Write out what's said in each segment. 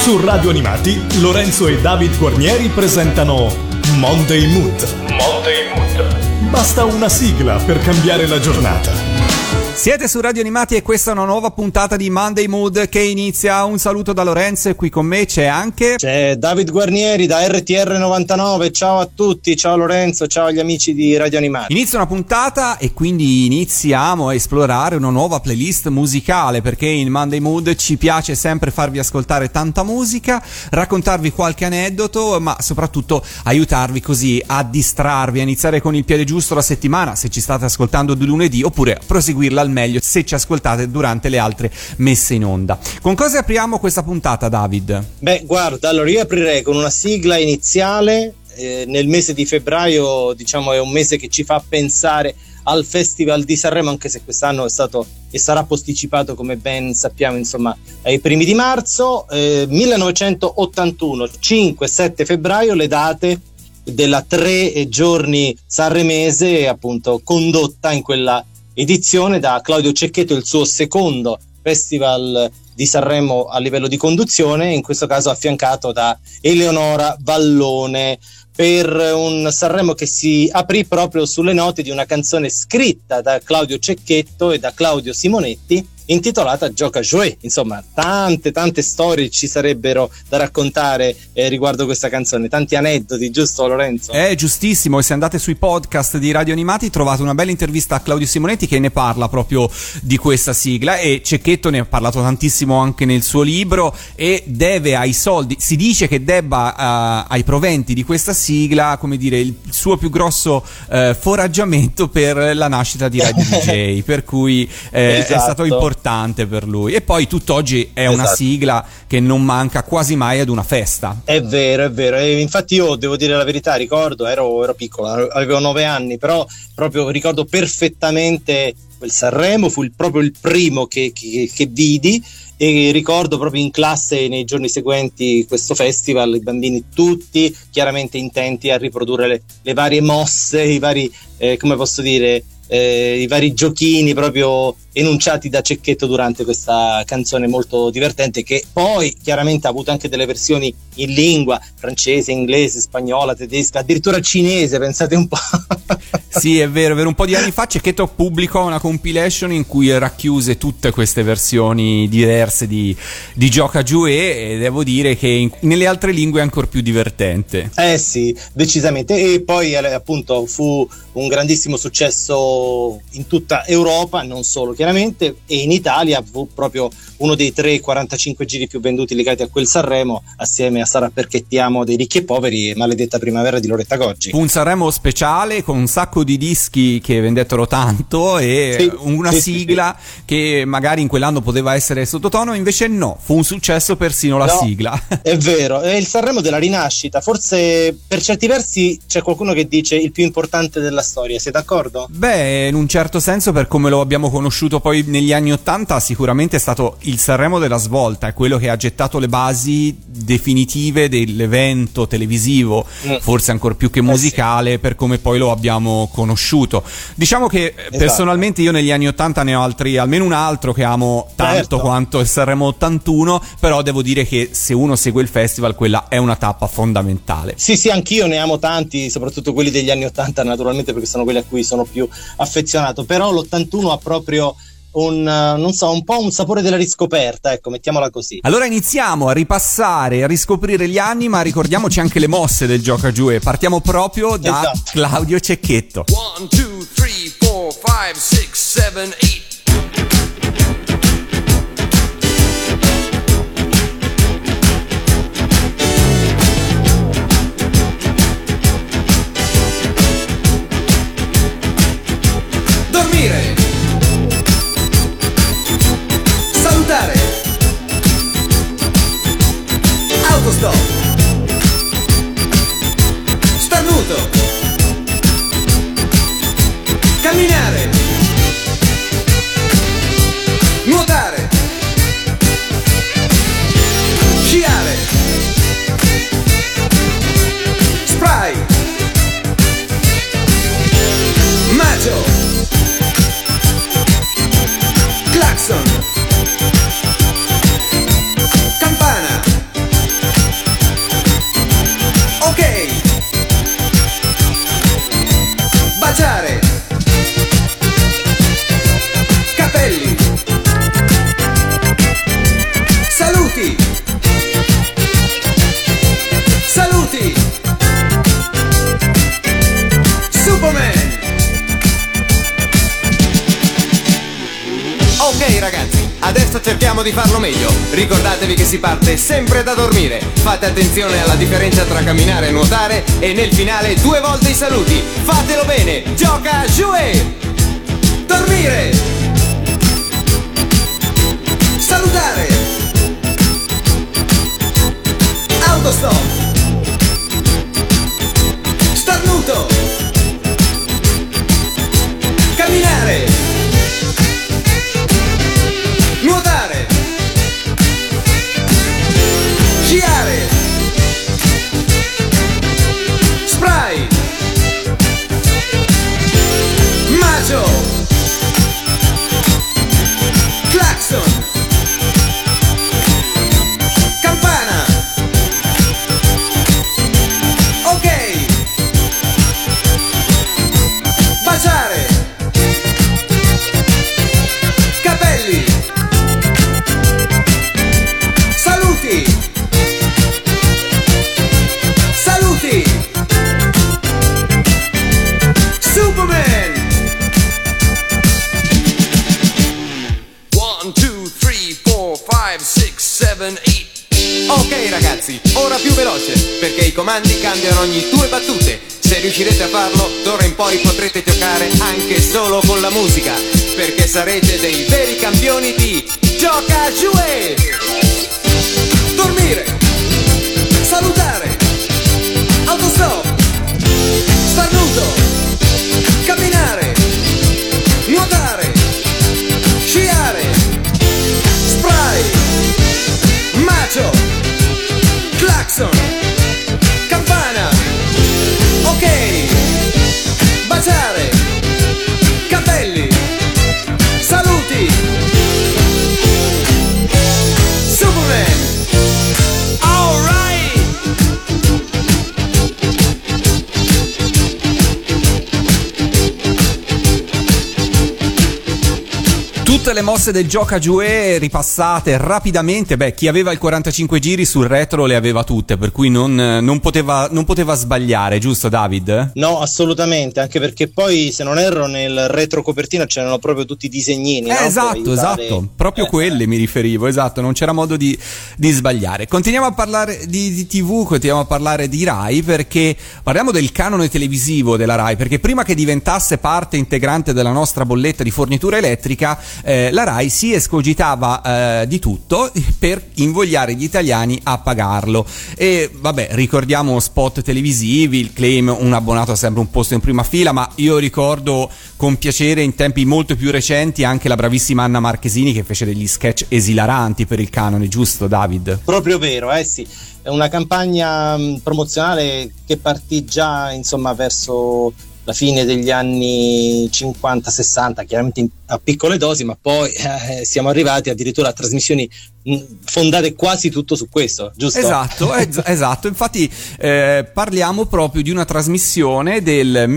Su Radio Animati, Lorenzo e David Guarnieri presentano Monday Mood. Monday Mood. Basta una sigla per cambiare la giornata. Siete su Radio Animati e questa è una nuova puntata di Monday Mood che inizia. Un saluto da Lorenzo e qui con me c'è David Guarnieri da RTR 99. Ciao a tutti, ciao Lorenzo, ciao agli amici di Radio Animati. Inizia una puntata e quindi iniziamo a esplorare una nuova playlist musicale, perché in Monday Mood ci piace sempre farvi ascoltare tanta musica, raccontarvi qualche aneddoto, ma soprattutto aiutarvi così a distrarvi, a iniziare con il piede giusto la settimana se ci state ascoltando di lunedì, oppure proseguirla al meglio se ci ascoltate durante le altre messe in onda. Con cosa apriamo questa puntata, David? Beh, guarda, allora io aprirei con una sigla iniziale. Nel mese di febbraio, diciamo, è un mese che ci fa pensare al Festival di Sanremo, anche se quest'anno è stato e sarà posticipato, come ben sappiamo, insomma, ai primi di marzo. 1981, 5-7 febbraio, le date della 3 giorni sanremese, appunto condotta in quella edizione da Claudio Cecchetto, il suo secondo Festival di Sanremo a livello di conduzione, in questo caso affiancato da Eleonora Vallone, per un Sanremo che si aprì proprio sulle note di una canzone scritta da Claudio Cecchetto e da Claudio Simonetti, intitolata Gioca Jouet. Insomma, tante storie ci sarebbero da raccontare riguardo questa canzone, tanti aneddoti, giusto Lorenzo? Giustissimo, e se andate sui podcast di Radio Animati trovate una bella intervista a Claudio Simonetti che ne parla proprio di questa sigla, e Cecchetto ne ha parlato tantissimo anche nel suo libro, e deve ai soldi, si dice che debba ai proventi di questa sigla, come dire, il suo più grosso foraggiamento per la nascita di Radio DJ, per cui esatto, è stato importante per lui. E poi tutt'oggi è una sigla che non manca quasi mai ad una festa. È vero, e infatti io devo dire la verità, ricordo, ero piccolo, avevo 9 anni, però proprio ricordo perfettamente quel Sanremo, fu proprio il primo che vidi, e ricordo proprio in classe nei giorni seguenti questo festival, i bambini tutti chiaramente intenti a riprodurre le varie mosse, i vari come posso dire, i vari giochini proprio enunciati da Cecchetto durante questa canzone molto divertente, che poi chiaramente ha avuto anche delle versioni in lingua francese, inglese, spagnola, tedesca, addirittura cinese, pensate un po'. Sì, è vero, un po' di anni fa Cecchetto pubblicò una compilation in cui racchiuse tutte queste versioni diverse di Gioca Jouet, e devo dire che nelle altre lingue è ancora più divertente. Sì, decisamente. E poi appunto fu un grandissimo successo in tutta Europa, non solo chiaramente, e in Italia fu proprio uno dei 45 giri più venduti legati a quel Sanremo, assieme a Sarà perché ti amo dei Ricchi e Poveri e Maledetta Primavera di Loretta Goggi. Fu un Sanremo speciale con un sacco di dischi che vendettero tanto, e una sigla che magari in quell'anno poteva essere sottotono, invece no, fu un successo persino la sigla. È vero, è il Sanremo della rinascita, forse per certi versi c'è qualcuno che dice il più importante della storia, sei d'accordo? Beh, in un certo senso, per come lo abbiamo conosciuto poi negli anni '80, sicuramente è stato il Sanremo della svolta, è quello che ha gettato le basi definitive dell'evento televisivo, forse ancor più che musicale, per come poi lo abbiamo conosciuto. Diciamo che personalmente io negli anni '80 ne ho altri, almeno un altro che amo tanto quanto il Sanremo 81, però devo dire che se uno segue il festival, quella è una tappa fondamentale. Sì, anch'io ne amo tanti, soprattutto quelli degli anni '80, naturalmente, perché sono quelli a cui sono più affezionato, però l'81 ha proprio un po' un sapore della riscoperta, ecco, mettiamola così. Allora iniziamo a ripassare, a riscoprire gli anni, ma ricordiamoci anche le mosse del Gioca Jouet. Partiamo proprio da Claudio Cecchetto. 1, 2, 3, 4, 5, 6, 7, 8. Dormire, salutare, autostop, starnuto, camminare, cerchiamo di farlo meglio. Ricordatevi che si parte sempre da dormire. Fate attenzione alla differenza tra camminare e nuotare. E nel finale 2 volte i saluti. Fatelo bene, gioca, jouer. Dormire. Salutare. Autostop. Starnuto. Camminare. Nuotare. Sciare. Spray. Macio. Claxon. Campana. Ok. Baciare. Capelli. Saluti. Saluti. Superman. 1, 2, 3, 4, 5, 6, 7, 8. Ok ragazzi, ora più veloce, perché i comandi cambiano ogni 2 battute. Se riuscirete a farlo, d'ora in poi potrete giocare anche solo con la musica, perché sarete dei veri campioni di Gioca Jouer! Dormire. Salutare. Autostop. Starnuto. Camminare. Nuotare. Sciare. Spray. Macio. Claxon. Campana. Ok. Baciare. Capelli. Saluti. Superman. All right. Tutte le mosse del Gioca Jouer ripassate rapidamente. Beh, chi aveva il 45 giri sul retro le aveva tutte, per cui non poteva sbagliare, giusto David? No, assolutamente, anche perché poi, se non erro, nel retro copertina c'erano proprio tutti i disegnini, no? Esatto, proprio quelli mi riferivo, esatto, non c'era modo di sbagliare. Continuiamo a parlare di TV, continuiamo a parlare di Rai, perché parliamo del canone televisivo della Rai, perché prima che diventasse parte integrante della nostra bolletta di fornitura elettrica, la Rai si escogitava di tutto per invogliare gli italiani a pagarlo. E vabbè, ricordiamo spot televisivi, il claim un abbonato ha sempre un posto in prima fila, ma io ricordo con piacere in tempi molto più recenti anche la bravissima Anna Marchesini che fece degli sketch esilaranti per il canone, giusto David? Proprio vero, sì. È una campagna promozionale che partì già, insomma, verso la fine degli anni 50-60, chiaramente a piccole dosi, ma poi siamo arrivati addirittura a trasmissioni fondate quasi tutto su questo, giusto? Esatto, infatti parliamo proprio di una trasmissione del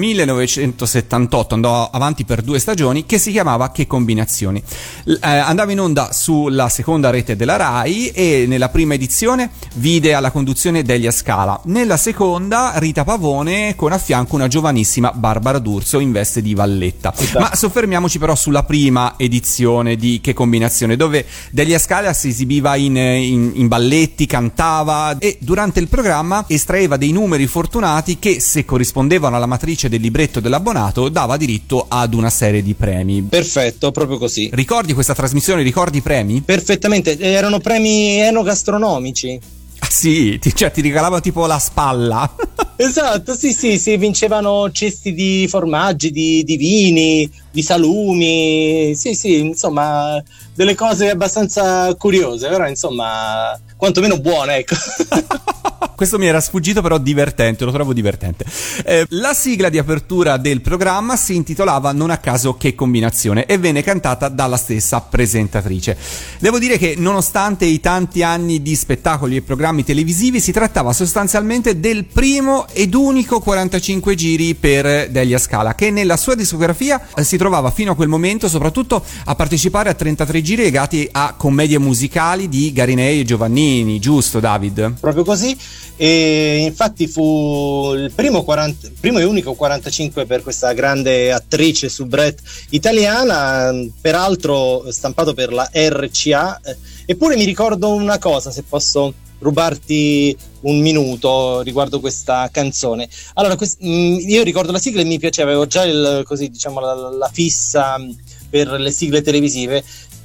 1978, andò avanti per 2 stagioni, che si chiamava Che combinazioni. Andava in onda sulla seconda rete della Rai e nella prima edizione vide alla conduzione Delia Scala, nella seconda Rita Pavone con a fianco una giovanissima Barbara D'Urso in veste di Valletta. Esatto. Ma soffermiamoci però sulla prima edizione di Che combinazione, dove Delia Scala si esibiva in balletti, cantava e durante il programma estraeva dei numeri fortunati che, se corrispondevano alla matrice del libretto dell'abbonato, dava diritto ad una serie di premi. Perfetto, proprio così. Ricordi questa trasmissione? Ricordi i premi? Perfettamente, erano premi enogastronomici. Ah sì, ti regalavano tipo la spalla. Esatto, sì, vincevano cesti di formaggi, di vini, di salumi, sì, insomma, delle cose abbastanza curiose, però insomma, quantomeno buone, ecco. Questo mi era sfuggito, però divertente, lo trovo divertente. La sigla di apertura del programma si intitolava non a caso Che combinazione e venne cantata dalla stessa presentatrice. Devo dire che nonostante i tanti anni di spettacoli e programmi televisivi, si trattava sostanzialmente del primo ed unico 45 giri per Delia Scala, che nella sua discografia si trovava fino a quel momento soprattutto a partecipare a 33 giri legati a commedie musicali di Garinei e Giovannini, giusto David? Proprio così. e infatti fu il primo e unico 45 per questa grande attrice soubrette italiana, peraltro stampato per la RCA. Eppure mi ricordo una cosa, se posso rubarti un minuto riguardo questa canzone. Allora, io ricordo la sigla e mi piaceva, avevo già così, diciamo, la fissa per le sigle televisive,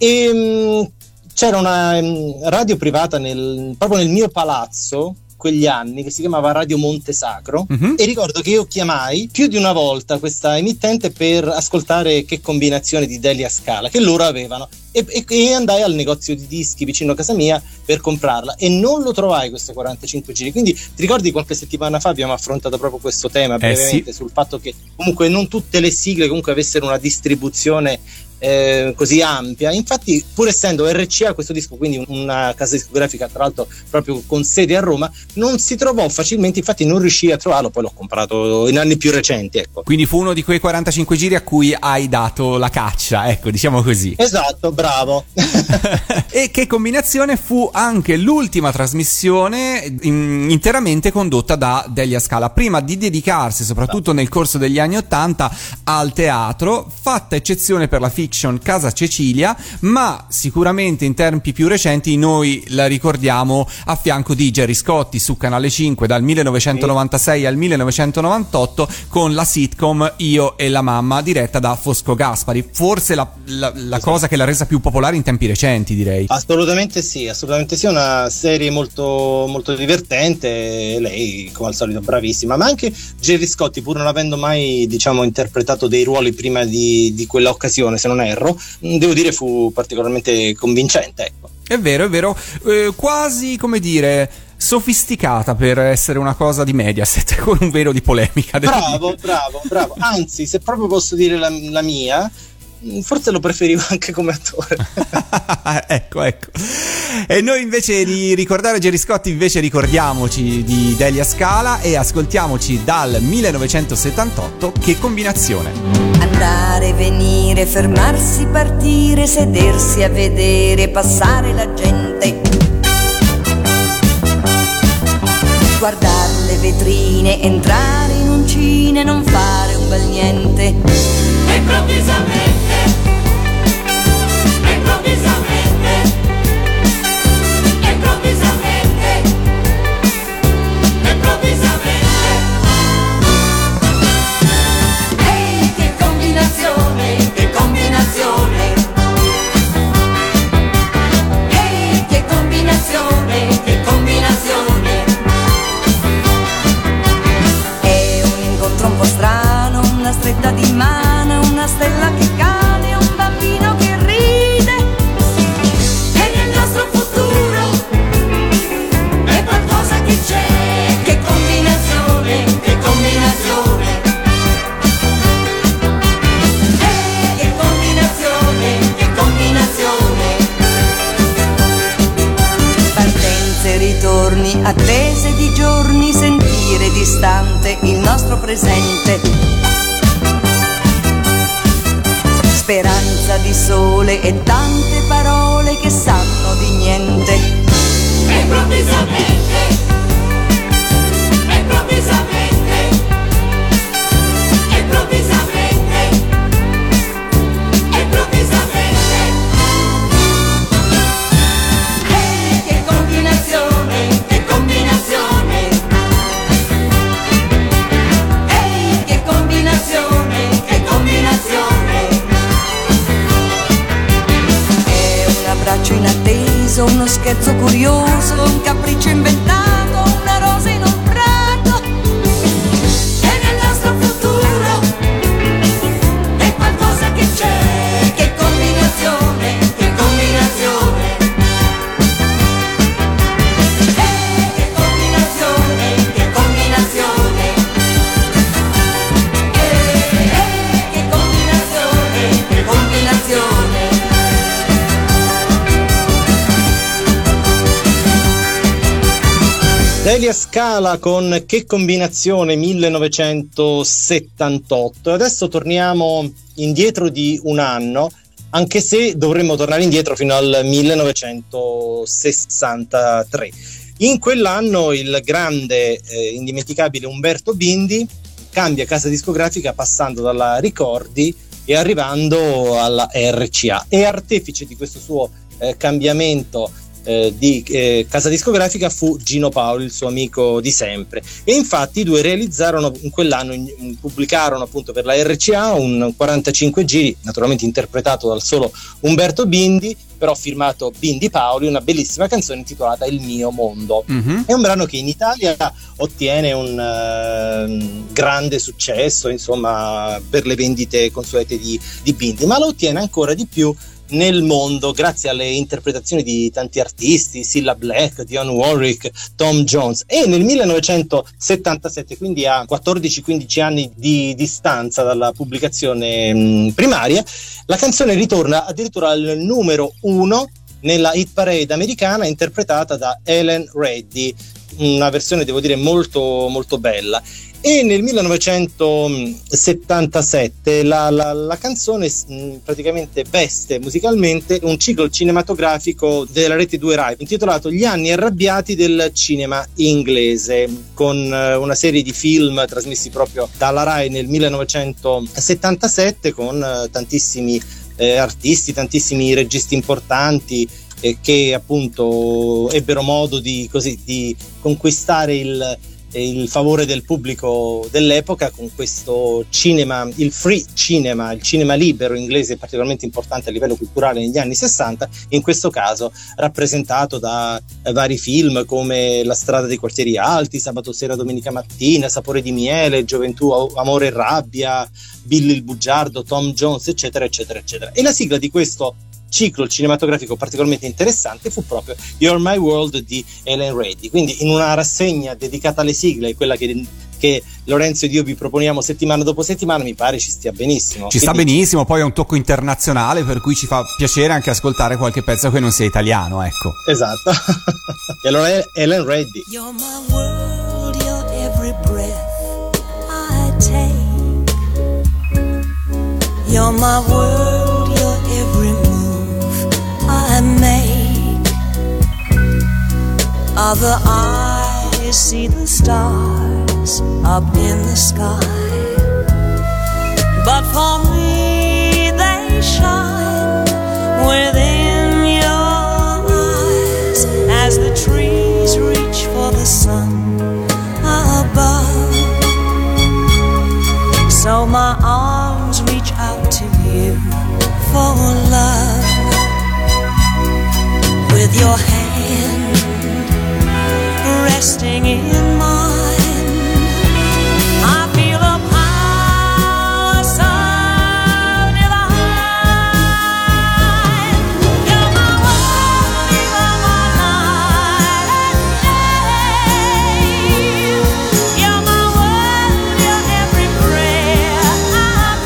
e c'era una radio privata proprio nel mio palazzo quegli anni, che si chiamava Radio Monte Sacro, e ricordo che io chiamai più di una volta questa emittente per ascoltare Che combinazione di Delia Scala che loro avevano, e andai al negozio di dischi vicino a casa mia per comprarla e non lo trovai queste 45 giri. Quindi ti ricordi, qualche settimana fa abbiamo affrontato proprio questo tema brevemente, sì, sul fatto che comunque non tutte le sigle comunque avessero una distribuzione così ampia. Infatti, pur essendo RCA questo disco, quindi una casa discografica tra l'altro proprio con sede a Roma, non si trovò facilmente, infatti non riuscii a trovarlo, poi l'ho comprato in anni più recenti, ecco. Quindi fu uno di quei 45 giri a cui hai dato la caccia, ecco, diciamo così. Esatto, bravo. E Che combinazione fu anche l'ultima trasmissione interamente condotta da Delia Scala, prima di dedicarsi soprattutto nel corso degli anni '80 al teatro, fatta eccezione per la fiction Casa Cecilia, ma sicuramente in tempi più recenti noi la ricordiamo a fianco di Gerry Scotti su Canale 5 dal 1996 al 1998 con la sitcom Io e la mamma, diretta da Fosco Gaspari, forse la cosa che l'ha resa più popolare in tempi recenti, direi. Assolutamente sì, una serie molto, molto divertente, lei come al solito bravissima, ma anche Gerry Scotti, pur non avendo mai, diciamo, interpretato dei ruoli prima di quella occasione, se non erro, devo dire fu particolarmente convincente, ecco. È vero, quasi, come dire, sofisticata per essere una cosa di Mediaset, con un velo di polemica. Bravo, anzi, se proprio posso dire la mia, forse lo preferivo anche come attore. ecco. E noi invece di ricordare Gerry Scotti, invece ricordiamoci di Delia Scala e ascoltiamoci dal 1978 Che combinazione. Andare, venire, fermarsi, partire, sedersi a vedere passare la gente, guardare le vetrine, entrare in un cine, non fare un bel niente. Improvvisamente, ehi, che combinazione, che combinazione, ehi, che combinazione, che combinazione. È un incontro un po' strano, una stretta di mano, una stella che cade, un bambino che ride, e nel nostro futuro è qualcosa che c'è. Che combinazione, che combinazione, che combinazione, che combinazione. Partenze, ritorni, attese di giorni, sentire distante il nostro presente, speranza di sole e tante parole che sanno di niente. Improvvisamente, improvvisamente, improvvisamente, improvvisamente. Che combinazione, che combinazione, che combinazione, che combinazione. È un abbraccio inatteso, uno scherzo curioso, un capriccio inventato, una rosa in un prato. E nel nostro futuro è qualcosa che c'è. Che combinazione, che combinazione. Che combinazione, che combinazione. Che combinazione, che combinazione. Delia Scala con Che combinazione, 1978. Adesso torniamo indietro di un anno, anche se dovremmo tornare indietro fino al 1963. In quell'anno il grande, indimenticabile Umberto Bindi cambia casa discografica passando dalla Ricordi e arrivando alla RCA, e artefice di questo suo cambiamento di casa discografica fu Gino Paoli, il suo amico di sempre, e infatti i due realizzarono in quell'anno, pubblicarono appunto per la RCA un 45 giri, naturalmente interpretato dal solo Umberto Bindi, però firmato Bindi Paoli, una bellissima canzone intitolata Il mio mondo. È un brano che in Italia ottiene un grande successo, insomma, per le vendite consuete di Bindi, ma lo ottiene ancora di più nel mondo grazie alle interpretazioni di tanti artisti, Cilla Black, Dionne Warwick, Tom Jones, e nel 1977, quindi a 14-15 anni di distanza dalla pubblicazione primaria, la canzone ritorna addirittura al numero 1 nella hit parade americana, interpretata da Helen Reddy, una versione devo dire molto molto bella. E nel 1977 la canzone praticamente veste musicalmente un ciclo cinematografico della rete 2 Rai intitolato Gli anni arrabbiati del cinema inglese, con una serie di film trasmessi proprio dalla Rai nel 1977 con tantissimi artisti, tantissimi registi importanti che appunto ebbero modo di conquistare il favore del pubblico dell'epoca con questo cinema, il free cinema, il cinema libero inglese, particolarmente importante a livello culturale negli anni 60, in questo caso rappresentato da vari film come La strada dei quartieri alti, Sabato sera domenica mattina, Sapore di miele, Gioventù, Amore e rabbia, Billy il bugiardo, Tom Jones, eccetera eccetera eccetera. E la sigla di questo ciclo cinematografico particolarmente interessante fu proprio You're My World di Helen Reddy. Quindi in una rassegna dedicata alle sigle, quella che Lorenzo ed io vi proponiamo settimana dopo settimana, mi pare ci stia benissimo. Sta benissimo, poi è un tocco internazionale, per cui ci fa piacere anche ascoltare qualche pezzo che non sia italiano, ecco. Esatto. E allora Helen Reddy. You're my world, you're every breath I take. You're my world, you're every move I make. Other eyes see the stars up in the sky, but for me they shine within your eyes as the trees reach for the sun above. So my arms reach out to you for love. With your hand resting in mine, I feel a power so divine. You're my world, you're my light and day. You're my world, you're every prayer I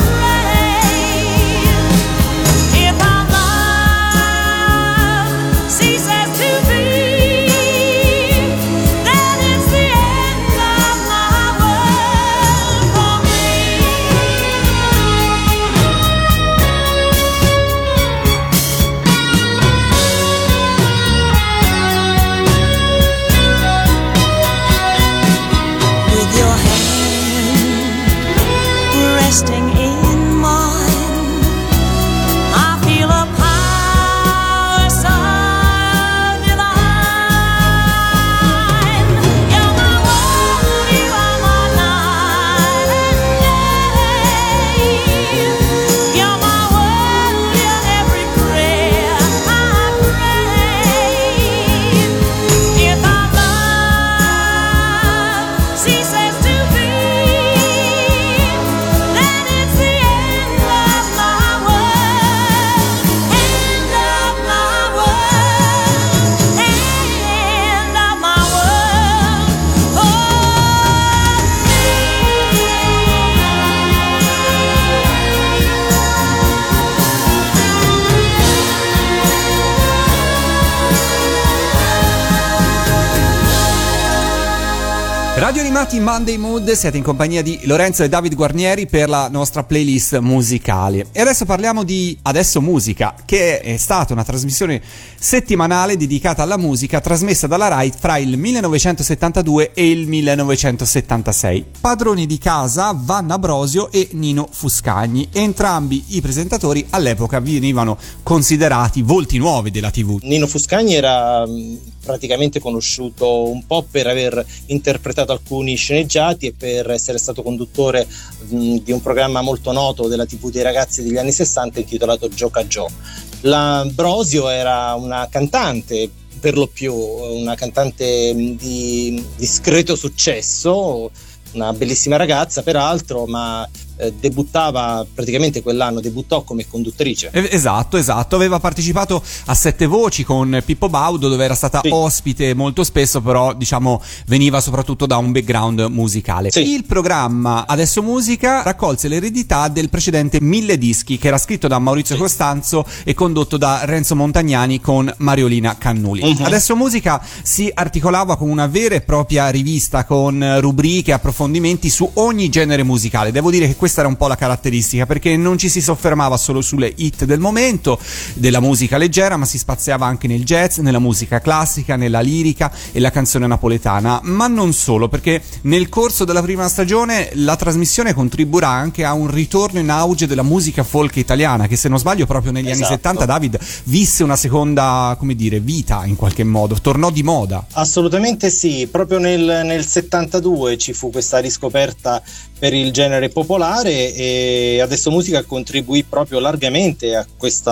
pray. If our love ceases to be, then it's the Radio Animati Monday Mood, siete in compagnia di Lorenzo e David Guarnieri per la nostra playlist musicale. E adesso parliamo di Adesso Musica, che è stata una trasmissione settimanale dedicata alla musica trasmessa dalla Rai fra il 1972 e il 1976. Padroni di casa Vanna Brosio e Nino Fuscagni. Entrambi i presentatori all'epoca venivano considerati volti nuovi della TV. Nino Fuscagni era praticamente conosciuto un po' per aver interpretato alcuni sceneggiati e per essere stato conduttore di un programma molto noto della TV dei ragazzi degli anni 60 intitolato Gioca Gio. La Brosio era una cantante, per lo più una cantante di discreto successo, una bellissima ragazza peraltro, ma debuttò come conduttrice. Esatto, aveva partecipato a Sette Voci con Pippo Baudo, dove era stata ospite molto spesso, però diciamo veniva soprattutto da un background musicale. Il programma Adesso Musica raccolse l'eredità del precedente 1000 dischi, che era scritto da Maurizio Costanzo e condotto da Renzo Montagnani con Mariolina Cannuli. Adesso Musica si articolava come una vera e propria rivista con rubriche e approfondimenti su ogni genere musicale. Devo dire che questa era un po' la caratteristica, perché non ci si soffermava solo sulle hit del momento, della musica leggera, ma si spaziava anche nel jazz, nella musica classica, nella lirica e la canzone napoletana. Ma non solo, perché nel corso della prima stagione la trasmissione contribuirà anche a un ritorno in auge della musica folk italiana, che se non sbaglio proprio negli anni 70, David, visse una seconda, vita in qualche modo, tornò di moda. Assolutamente sì, proprio nel 72 ci fu questa riscoperta per il genere popolare e Adesso Musica contribuì proprio largamente a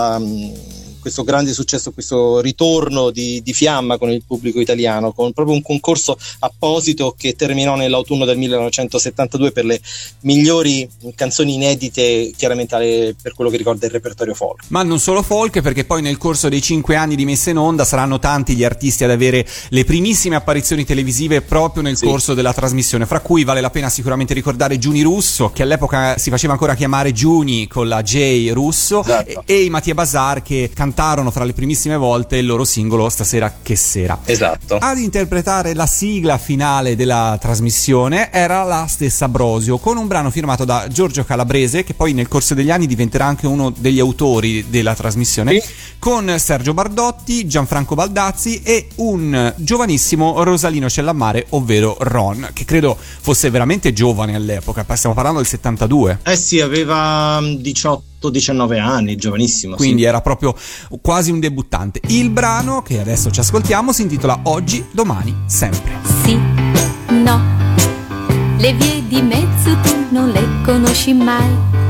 questo grande successo, questo ritorno di fiamma con il pubblico italiano, con proprio un concorso apposito che terminò nell'autunno del 1972 per le migliori canzoni inedite, chiaramente per quello che riguarda il repertorio folk. Ma non solo folk, perché poi nel corso dei 5 anni di messa in onda saranno tanti gli artisti ad avere le primissime apparizioni televisive proprio nel corso della trasmissione, fra cui vale la pena sicuramente ricordare Giuni Russo, che all'epoca si faceva ancora chiamare Giuni con la J Russo, e i Mattia Bazar, che cantarono fra le primissime volte il loro singolo Stasera che sera. Esatto. Ad interpretare la sigla finale della trasmissione era la stessa Brosio, con un brano firmato da Giorgio Calabrese, che poi nel corso degli anni diventerà anche uno degli autori della trasmissione, con Sergio Bardotti, Gianfranco Baldazzi e un giovanissimo Rosalino Cellammare, ovvero Ron, che credo fosse veramente giovane all'epoca, stiamo parlando del 72. Sì, aveva 18-19 anni, giovanissimo. Quindi era proprio quasi un debuttante. Il brano che adesso ci ascoltiamo si intitola Oggi, Domani, Sempre. Sì, no, le vie di mezzo tu non le conosci mai,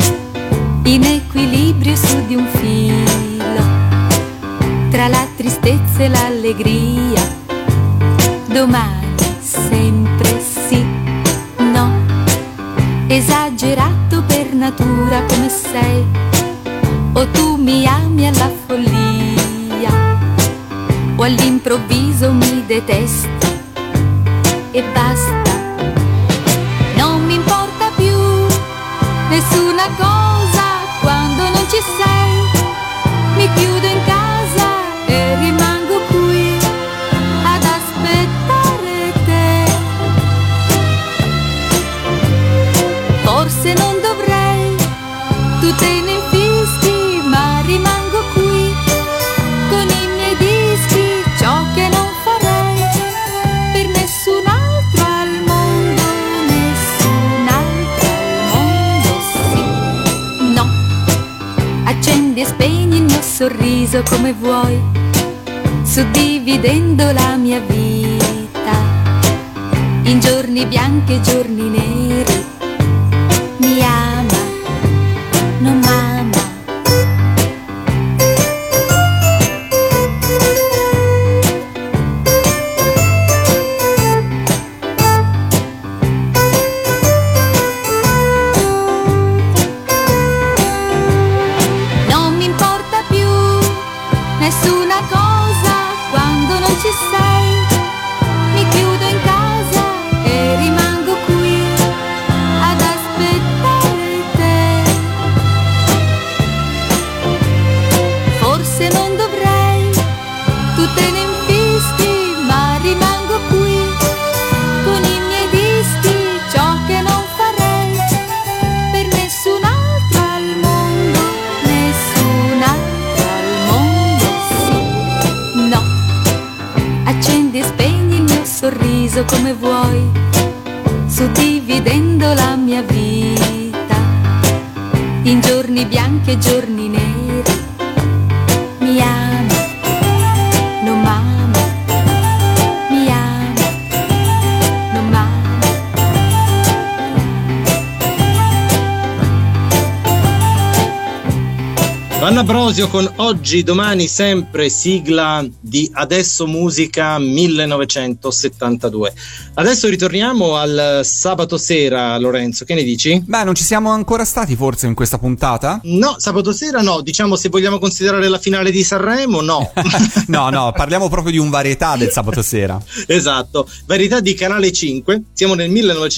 in equilibrio su di un filo, tra la tristezza e l'allegria. Domani, sempre sì, no, esagerato per natura come sei, o tu mi ami alla follia, o all'improvviso mi detesti e basta. Non mi importa più nessuna cosa quando non ci sei, mi chiudo in casa e rimango qui ad aspettare te. Forse non dovrei, tu te ne infischi, ma rimango qui con i miei dischi, ciò che non farei per nessun altro al mondo, nessun altro al mondo, sì, no. Accendi e spegni il mio sorriso come vuoi, suddividendo la mia vita in giorni bianchi e giorni neri. Mi ama, non m'ama. Non mi importa più nessuna cosa quando non ci sei, mi chiudo in casa e rimango qui ad aspettare accendi e spegni il mio sorriso come vuoi, suddividendo la mia vita in giorni bianchi e giorni neri. Mi ami, non m'ami, mi ami, non m'ami. Vanna Brosio con Oggi, Domani, Sempre, sigla di Adesso Musica 1972. Adesso ritorniamo al sabato sera, Lorenzo, che ne dici? Beh, non ci siamo ancora stati forse in questa puntata? No, sabato sera no, diciamo se vogliamo considerare la finale di Sanremo, no. No, parliamo proprio di un varietà del sabato sera. Esatto, varietà di Canale 5, siamo nel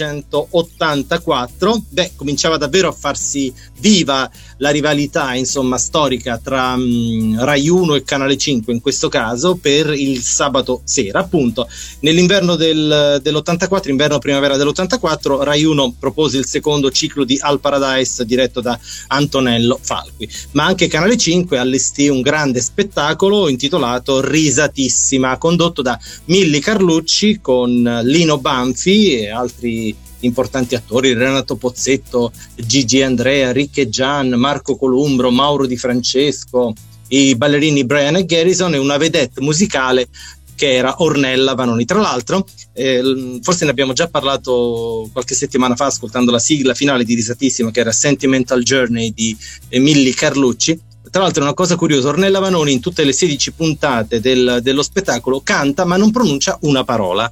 1984, cominciava davvero a farsi viva la rivalità, insomma, storica tra Rai 1 e Canale 5 in questo caso per il sabato sera, appunto. Nell'inverno dell'84, inverno-primavera dell'84, Rai 1 propose il secondo ciclo di Al Paradise diretto da Antonello Falqui, ma anche Canale 5 allestì un grande spettacolo intitolato Risatissima, condotto da Milly Carlucci con Lino Banfi e altri importanti attori, Renato Pozzetto, Gigi Andrea, Ricche Gian, Marco Columbro, Mauro Di Francesco, i ballerini Brian e Garrison e una vedette musicale che era Ornella Vanoni. Tra l'altro, forse ne abbiamo già parlato qualche settimana fa ascoltando la sigla finale di Risatissima, che era Sentimental Journey di Milly Carlucci. Tra l'altro, una cosa curiosa, Ornella Vanoni in tutte le 16 puntate dello spettacolo canta ma non pronuncia una parola.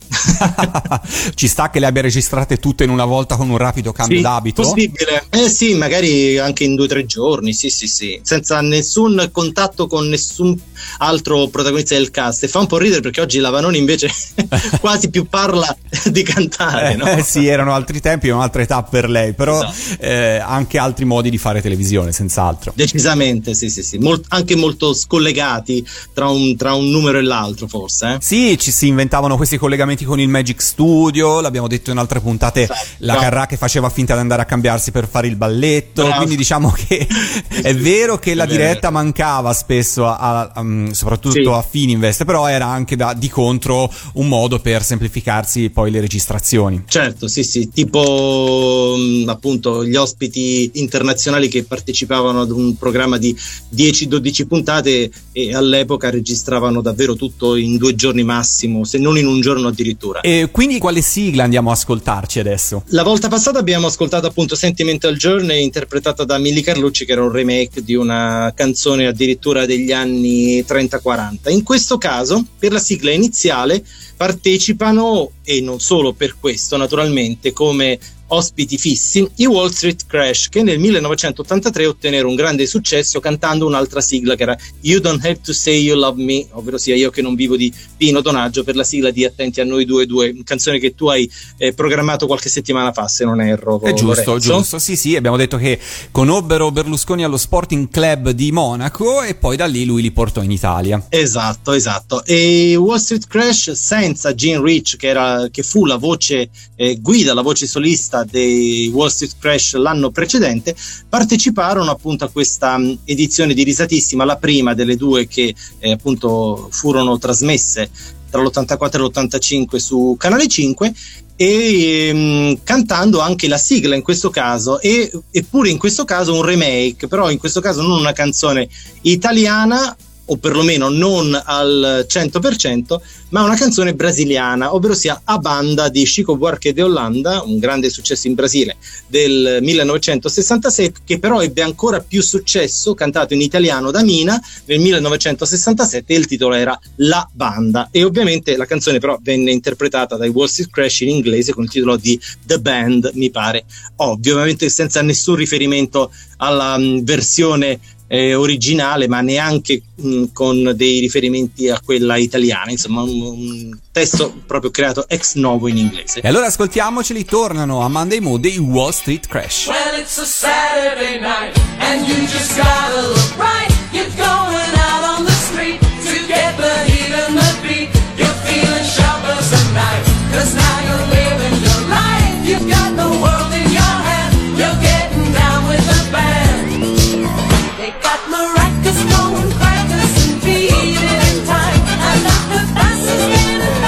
Ci sta che le abbia registrate tutte in una volta con un rapido cambio d'abito? Possibile. Sì, magari anche in 2 o 3 giorni, sì, senza nessun contatto con nessun altro protagonista del cast. E fa un po' ridere perché oggi la Vanoni invece quasi più parla di cantare, no? Sì, erano altri tempi, un'altra età per lei, però esatto. Anche altri modi di fare televisione, senz'altro. Decisamente, sì. Anche molto scollegati tra un numero e l'altro, forse. Sì, ci si inventavano questi collegamenti con il Magic Studio, l'abbiamo detto in altre puntate, esatto. La Carrà che faceva finta di andare a cambiarsi per fare il balletto. Bravo. Quindi diciamo che è vero che la diretta mancava spesso soprattutto a Fininvest, però era anche di contro un modo per semplificarsi poi le registrazioni. Certo, sì, tipo appunto gli ospiti internazionali che partecipavano ad un programma di 10-12 puntate e all'epoca registravano davvero tutto in 2 giorni massimo, se non in un giorno addirittura. E quindi quale sigla andiamo a ascoltarci adesso? La volta passata abbiamo ascoltato appunto Sentimental Journey, interpretata da Milly Carlucci, che era un remake di una canzone addirittura degli anni 30-40. In questo caso, per la sigla iniziale partecipano, e non solo per questo naturalmente, come ospiti fissi, i Wall Street Crash, che nel 1983 ottennero un grande successo cantando un'altra sigla che era You Don't Have to Say You Love Me, ovvero sia Io che non vivo, di Pino Donaggio, per la sigla di Attenti a Noi 2-2, canzone che tu hai programmato qualche settimana fa, se non erro. È giusto, sì, abbiamo detto che conobbero Berlusconi allo Sporting Club di Monaco e poi da lì lui li portò in Italia. Esatto. E Wall Street Crash, senza Gene Rich, che fu la voce guida, la voce solista dei Wall Street Crash l'anno precedente, parteciparono appunto a questa edizione di Risatissima, la prima delle 2 che appunto furono trasmesse tra l'84 e l'85 su Canale 5, e cantando anche la sigla in questo caso, eppure in questo caso un remake, però in questo caso non una canzone italiana, o perlomeno non al 100%, ma una canzone brasiliana, ovvero sia A Banda di Chico Buarque de Holanda, un grande successo in Brasile del 1966, che però ebbe ancora più successo cantato in italiano da Mina nel 1967, e il titolo era La Banda, e ovviamente la canzone però venne interpretata dai Wall Street Crash in inglese con il titolo di The Band, mi pare ovvio, ovviamente senza nessun riferimento alla versione originale, ma neanche con dei riferimenti a quella italiana, insomma un testo proprio creato ex novo in inglese. E allora ascoltiamoceli, tornano a Monday Mood dei Wall Street Crash. Well, it's a Saturday night and you just gotta look right. You're going out on the street to get the heat and the beat. You're feeling sharp as a knife, 'cause now you're living your life. You've got the world in your hand. You're getting down with the band. They got maracas going, crackers and beating in time. And the bass is getting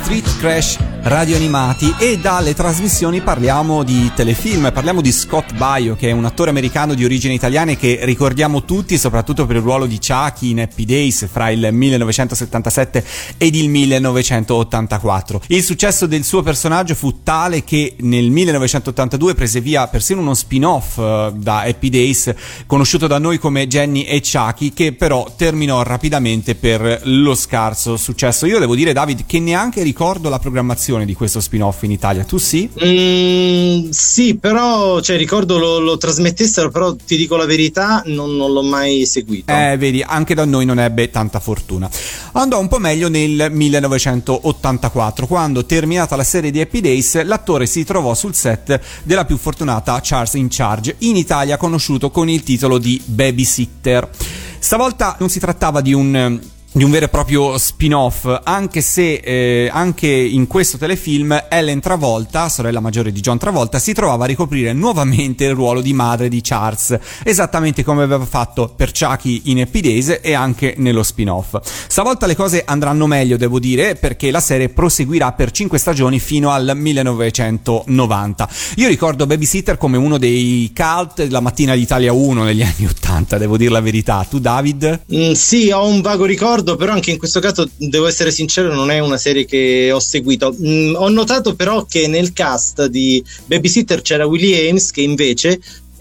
Street Crash Radio Animati, e dalle trasmissioni parliamo di telefilm, parliamo di Scott Baio, che è un attore americano di origini italiane che ricordiamo tutti soprattutto per il ruolo di Chucky in Happy Days fra il 1977 ed il 1984. Il successo del suo personaggio fu tale che nel 1982 prese via persino uno spin-off da Happy Days conosciuto da noi come Jenny e Chucky, che però terminò rapidamente per lo scarso successo. Io devo dire, David, che neanche ricordo la programmazione di questo spin-off in Italia. Tu sì? Sì, però ricordo lo trasmettessero, però ti dico la verità, non l'ho mai seguito. Vedi, anche da noi non ebbe tanta fortuna. Andò un po' meglio nel 1984, quando, terminata la serie di Happy Days, l'attore si trovò sul set della più fortunata Charles in Charge, in Italia conosciuto con il titolo di Babysitter. Stavolta non si trattava di un vero e proprio spin-off, anche se anche in questo telefilm Ellen Travolta, sorella maggiore di John Travolta, si trovava a ricoprire nuovamente il ruolo di madre di Charles, esattamente come aveva fatto per Chucky in Happy Days e anche nello spin-off. Stavolta le cose andranno meglio, devo dire, perché la serie proseguirà per 5 stagioni fino al 1990. Io ricordo Babysitter come uno dei cult della mattina d'Italia 1 negli anni 80, devo dire la verità. Tu, David? Sì, ho un vago ricordo, però anche in questo caso devo essere sincero, non è una serie che ho seguito. Ho notato però che nel cast di Babysitter c'era Willie Ames, che invece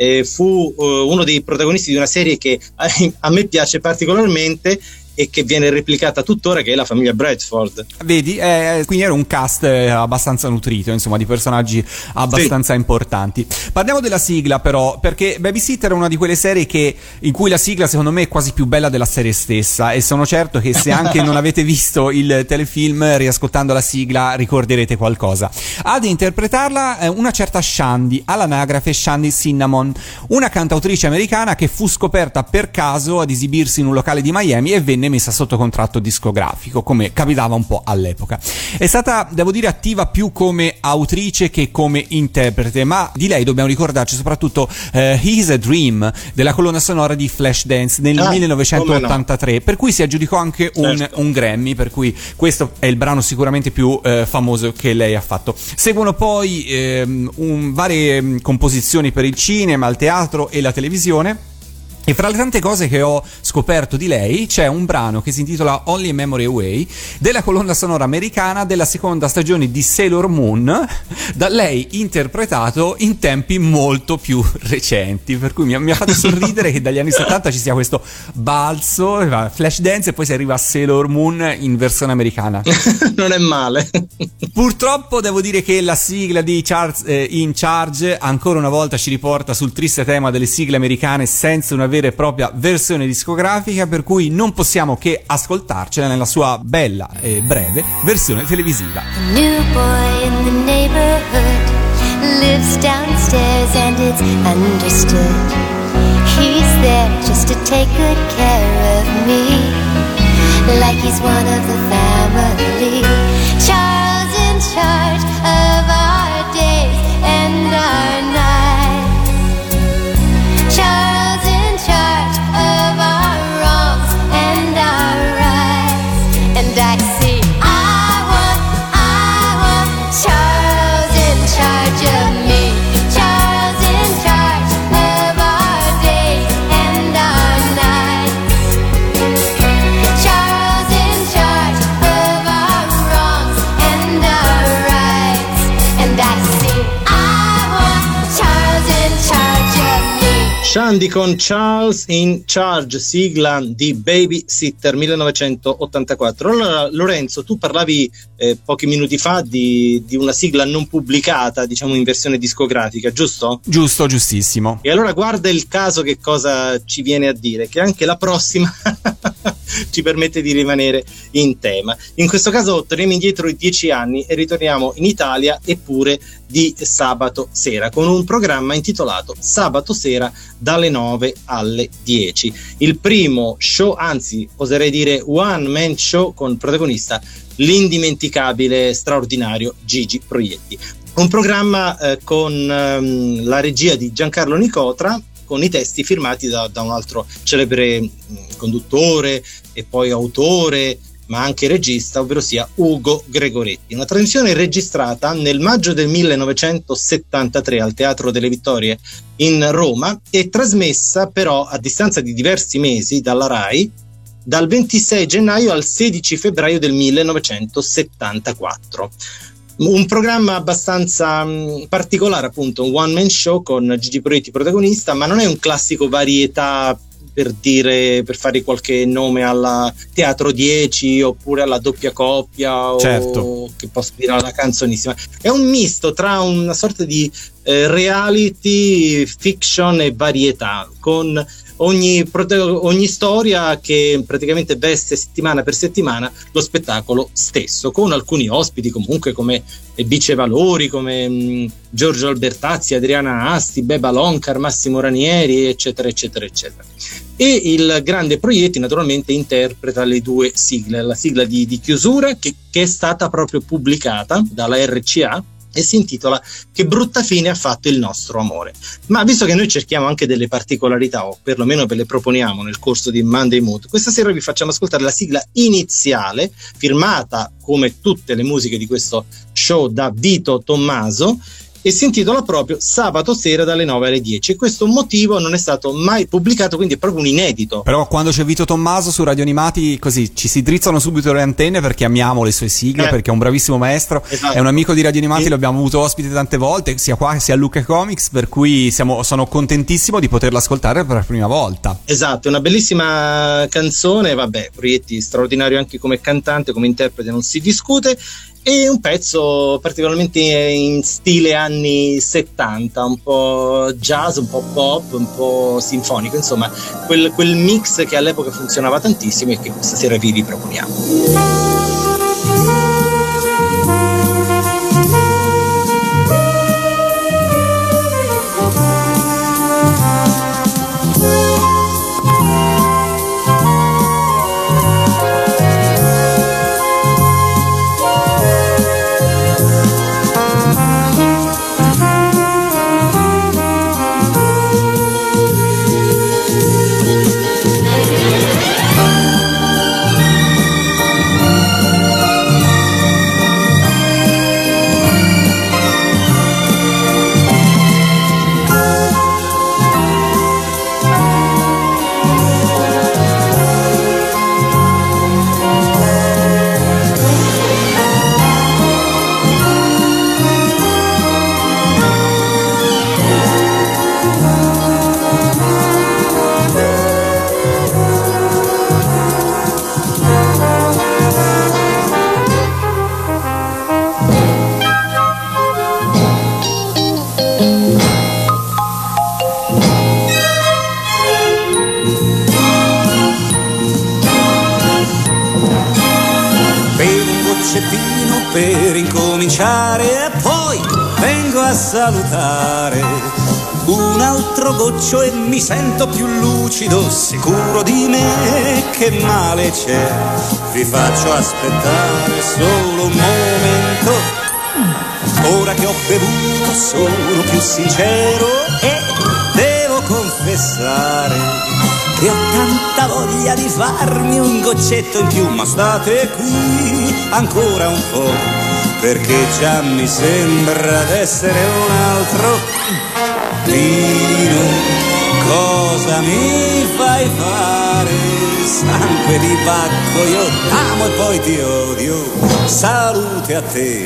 fu uno dei protagonisti di una serie che a me piace particolarmente e che viene replicata tuttora, che è La famiglia Bradford. Vedi, quindi era un cast abbastanza nutrito, insomma, di personaggi abbastanza importanti. Parliamo della sigla però, perché Babysitter è una di quelle serie in cui la sigla secondo me è quasi più bella della serie stessa, e sono certo che se anche non avete visto il telefilm, riascoltando la sigla ricorderete qualcosa. Ad interpretarla una certa Shandy, all'anagrafe Shandy Cinnamon, una cantautrice americana che fu scoperta per caso ad esibirsi in un locale di Miami e venne messa sotto contratto discografico, come capitava un po' all'epoca. È stata, devo dire, attiva più come autrice che come interprete, ma di lei dobbiamo ricordarci soprattutto He's a Dream, della colonna sonora di Flashdance nel 1983, per cui si aggiudicò anche un Grammy, per cui questo è il brano sicuramente più famoso che lei ha fatto. Seguono poi varie composizioni per il cinema, il teatro e la televisione. E fra le tante cose che ho scoperto di lei c'è un brano che si intitola Only a Memory Away, della colonna sonora americana della seconda stagione di Sailor Moon, da lei interpretato in tempi molto più recenti, per cui mi ha fatto sorridere che dagli anni 70 ci sia questo balzo, Flashdance, e poi si arriva a Sailor Moon in versione americana. Non è male. Purtroppo devo dire che la sigla di Charles in Charge ancora una volta ci riporta sul triste tema delle sigle americane senza una vera e propria versione discografica, per cui non possiamo che ascoltarcela nella sua bella e breve versione televisiva. A new boy in the neighborhood lives downstairs and it's understood. He's there just to take good care of me, like he's one of the family. Charles in charge of our days and our nights. Charles in charge of our wrongs and our rights. And I see I want Charles in charge of me. Charles in charge of our days and our nights. Charles in charge of our wrongs and our rights. And I see I want Charles in charge of me. Shandy con Charles in Charge, sigla di Babysitter 1984. Allora, Lorenzo, tu parlavi pochi minuti fa di una sigla non pubblicata, diciamo in versione discografica, giusto? Giusto, giustissimo. E allora guarda il caso che cosa ci viene a dire, che anche la prossima ci permette di rimanere in tema. In questo caso torniamo indietro i 10 anni e ritorniamo in Italia, eppure di sabato sera, con un programma intitolato Sabato sera dalle 9 alle 10. Il primo show, anzi oserei dire one man show, con protagonista l'indimenticabile, straordinario Gigi Proietti. Un programma con la regia di Giancarlo Nicotra, con i testi firmati da un altro celebre conduttore e poi autore, ma anche regista, ovvero sia Ugo Gregoretti. Una trasmissione registrata nel maggio del 1973 al Teatro delle Vittorie in Roma e trasmessa però a distanza di diversi mesi dalla RAI dal 26 gennaio al 16 febbraio del 1974. Un programma abbastanza particolare, appunto, un one man show con Gigi Proietti protagonista, ma non è un classico varietà per fare qualche nome alla Teatro 10 oppure alla Doppia Coppia, certo, o che posso dire alla Canzonissima. È un misto tra una sorta di reality, fiction e varietà, con ogni storia che praticamente veste settimana per settimana lo spettacolo stesso, con alcuni ospiti comunque come Bice Valori, come Giorgio Albertazzi, Adriana Asti, Beba Loncar, Massimo Ranieri, eccetera eccetera eccetera. E il grande Proietti naturalmente interpreta le due sigle, la sigla di chiusura che è stata proprio pubblicata dalla RCA e si intitola Che brutta fine ha fatto il nostro amore. Ma visto che noi cerchiamo anche delle particolarità, o perlomeno ve le proponiamo nel corso di Monday Mood, questa sera vi facciamo ascoltare la sigla iniziale, firmata come tutte le musiche di questo show da Vito Tommaso, e si intitola proprio Sabato sera dalle 9 alle 10, e questo motivo non è stato mai pubblicato, quindi è proprio un inedito. Però quando c'è Vito Tommaso su Radio Animati così ci si drizzano subito le antenne, perché amiamo le sue sigle, perché è un bravissimo maestro, esatto. È un amico di Radio Animati, lo abbiamo avuto ospite tante volte sia qua sia a Luca Comics, per cui sono contentissimo di poterla ascoltare per la prima volta. Esatto, è una bellissima canzone, vabbè, Proietti straordinario anche come cantante, come interprete non si discute. E un pezzo particolarmente in stile anni 70, un po' jazz, un po' pop, un po' sinfonico, insomma quel mix che all'epoca funzionava tantissimo e che questa sera vi riproponiamo. Per incominciare e poi vengo a salutare un altro goccio e mi sento più lucido, sicuro di me, che male c'è, vi faccio aspettare solo un momento, ora che ho bevuto sono più sincero e devo confessare che ho tanta voglia di farmi un goccetto in più, ma state qui ancora un po', perché già mi sembra d'essere un altro vino. Cosa mi fai fare? Sangue di Bacco, io t'amo e poi ti odio, salute a te.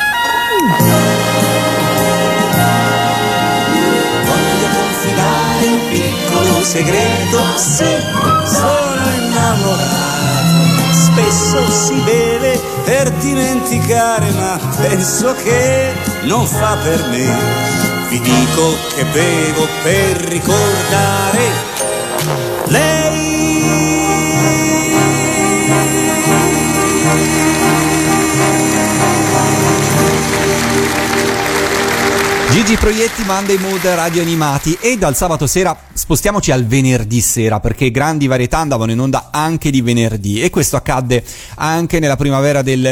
Voglio confidare un piccolo segreto, se sono innamorato, spesso si beve per dimenticare, ma penso che non fa per me. Vi dico che bevo per ricordare lei. Gigi Proietti, Monday Mood, Radio Animati. E dal sabato sera spostiamoci al venerdì sera, perché grandi varietà andavano in onda anche di venerdì, e questo accadde anche nella primavera del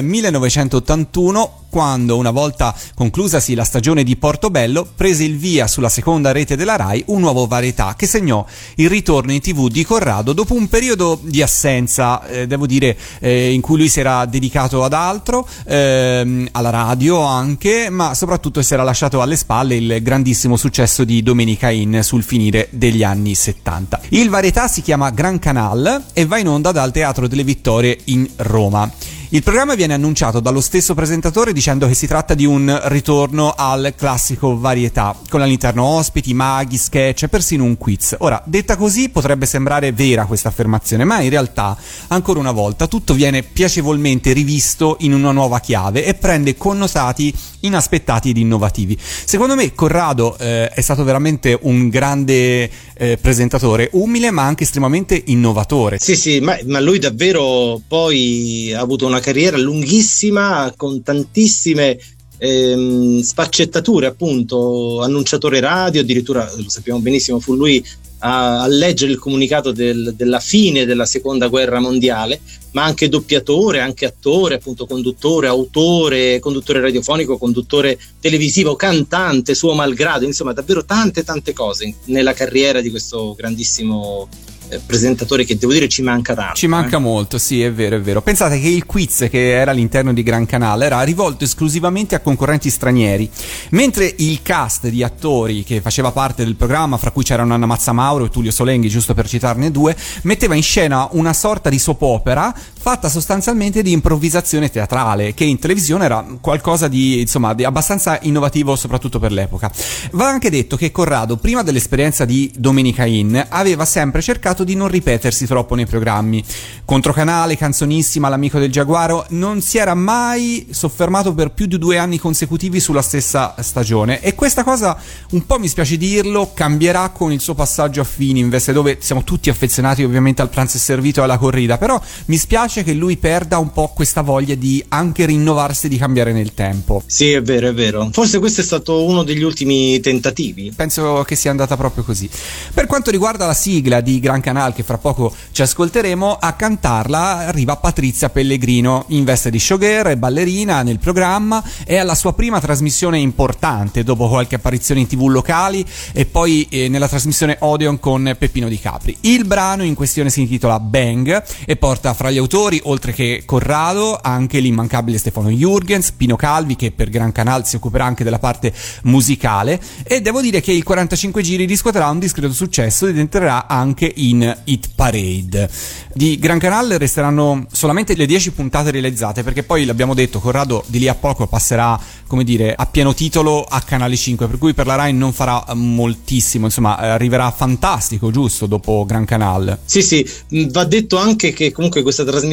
1981, quando, una volta conclusasi la stagione di Portobello, prese il via sulla seconda rete della Rai un nuovo varietà che segnò il ritorno in TV di Corrado dopo un periodo di assenza, devo dire, in cui lui si era dedicato ad altro, alla radio anche, ma soprattutto si era lasciato alle spalle il grandissimo successo di Domenica In sul finire degli anni 70. Il varietà si chiama Gran Canal e va in onda dal Teatro delle Vittorie in Roma. Il programma viene annunciato dallo stesso presentatore dicendo che si tratta di un ritorno al classico varietà, con all'interno ospiti, maghi, sketch e persino un quiz. Ora, detta così potrebbe sembrare vera questa affermazione, ma in realtà, ancora una volta, tutto viene piacevolmente rivisto in una nuova chiave e prende connotati inaspettati ed innovativi. Secondo me Corrado è stato veramente un grande presentatore, umile ma anche estremamente innovatore. Sì, ma lui davvero poi ha avuto una carriera lunghissima con tantissime sfaccettature, appunto, annunciatore radio, addirittura lo sappiamo benissimo, fu lui a leggere il comunicato della fine della seconda guerra mondiale, ma anche doppiatore, anche attore, appunto, conduttore, autore, conduttore radiofonico, conduttore televisivo, cantante, suo malgrado, insomma davvero tante cose nella carriera di questo grandissimo presentatore, che devo dire ci manca tanto. Ci manca molto, sì, è vero. Pensate che il quiz che era all'interno di Gran Canale era rivolto esclusivamente a concorrenti stranieri, mentre il cast di attori che faceva parte del programma, fra cui c'erano Anna Mazzamauro e Tullio Solenghi, giusto per citarne due, metteva in scena una sorta di soap opera fatta sostanzialmente di improvvisazione teatrale, che in televisione era qualcosa di, insomma, di abbastanza innovativo, soprattutto per l'epoca. Va anche detto che Corrado, prima dell'esperienza di Domenica In, aveva sempre cercato di non ripetersi troppo nei programmi. Controcanale, Canzonissima, L'amico del giaguaro, non si era mai soffermato per più di 2 anni consecutivi sulla stessa stagione, e questa cosa, un po' mi spiace dirlo, cambierà con il suo passaggio a Fininvest, dove siamo tutti affezionati ovviamente al Pranzo è servito e alla corrida, però mi spiace che lui perda un po' questa voglia di anche rinnovarsi, di cambiare nel tempo. Sì, è vero. Forse questo è stato uno degli ultimi tentativi. Penso che sia andata proprio così. Per quanto riguarda la sigla di Gran Canal, che fra poco ci ascolteremo, a cantarla arriva Patrizia Pellegrino in veste di showgirl e ballerina nel programma. È alla sua prima trasmissione importante dopo qualche apparizione in TV locali e poi nella trasmissione Odeon con Peppino Di Capri. Il brano in questione si intitola Bang e porta fra gli autori, oltre che Corrado, anche l'immancabile Stefano Jurgens, Pino Calvi, che per Gran Canal si occuperà anche della parte musicale, e devo dire che il 45 giri riscuoterà un discreto successo ed entrerà anche in Hit Parade. Di Gran Canal resteranno solamente le 10 puntate realizzate, perché poi, l'abbiamo detto, Corrado di lì a poco passerà, come dire, a pieno titolo a Canale 5, per cui per la Rai non farà moltissimo, insomma arriverà Fantastico giusto dopo Gran Canal. Sì, va detto anche che comunque questa trasmissione